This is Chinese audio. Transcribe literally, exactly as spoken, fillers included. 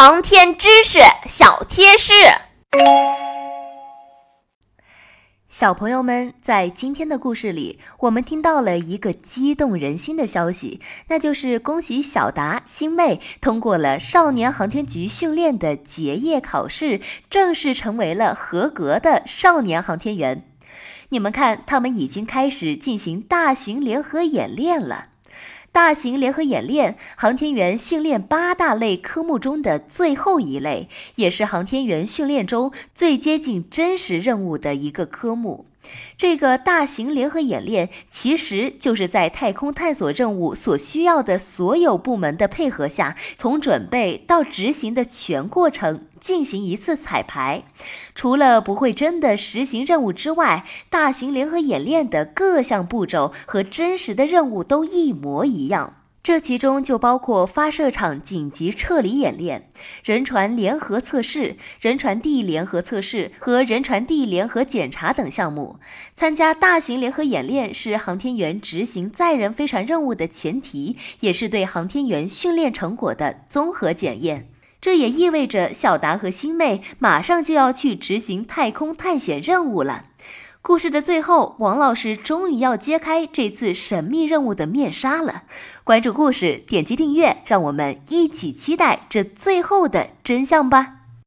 航天知识小贴士。小朋友们，在今天的故事里，我们听到了一个激动人心的消息，那就是恭喜小达、星妹通过了少年航天局训练的结业考试，正式成为了合格的少年航天员。你们看，他们已经开始进行大型联合演练了。大型联合演练，航天员训练八大类科目中的最后一类，也是航天员训练中最接近真实任务的一个科目。这个大型联合演练其实就是在太空探索任务所需要的所有部门的配合下，从准备到执行的全过程进行一次彩排。除了不会真的实行任务之外，大型联合演练的各项步骤和真实的任务都一模一样。这其中就包括发射场紧急撤离演练、人船联合测试、人传递联合测试和人传递联合检查等项目。参加大型联合演练是航天员执行载人飞船任务的前提，也是对航天员训练成果的综合检验。这也意味着小达和星妹马上就要去执行太空探险任务了。故事的最后，王老师终于要揭开这次神秘任务的面纱了。关注故事，点击订阅，让我们一起期待这最后的真相吧。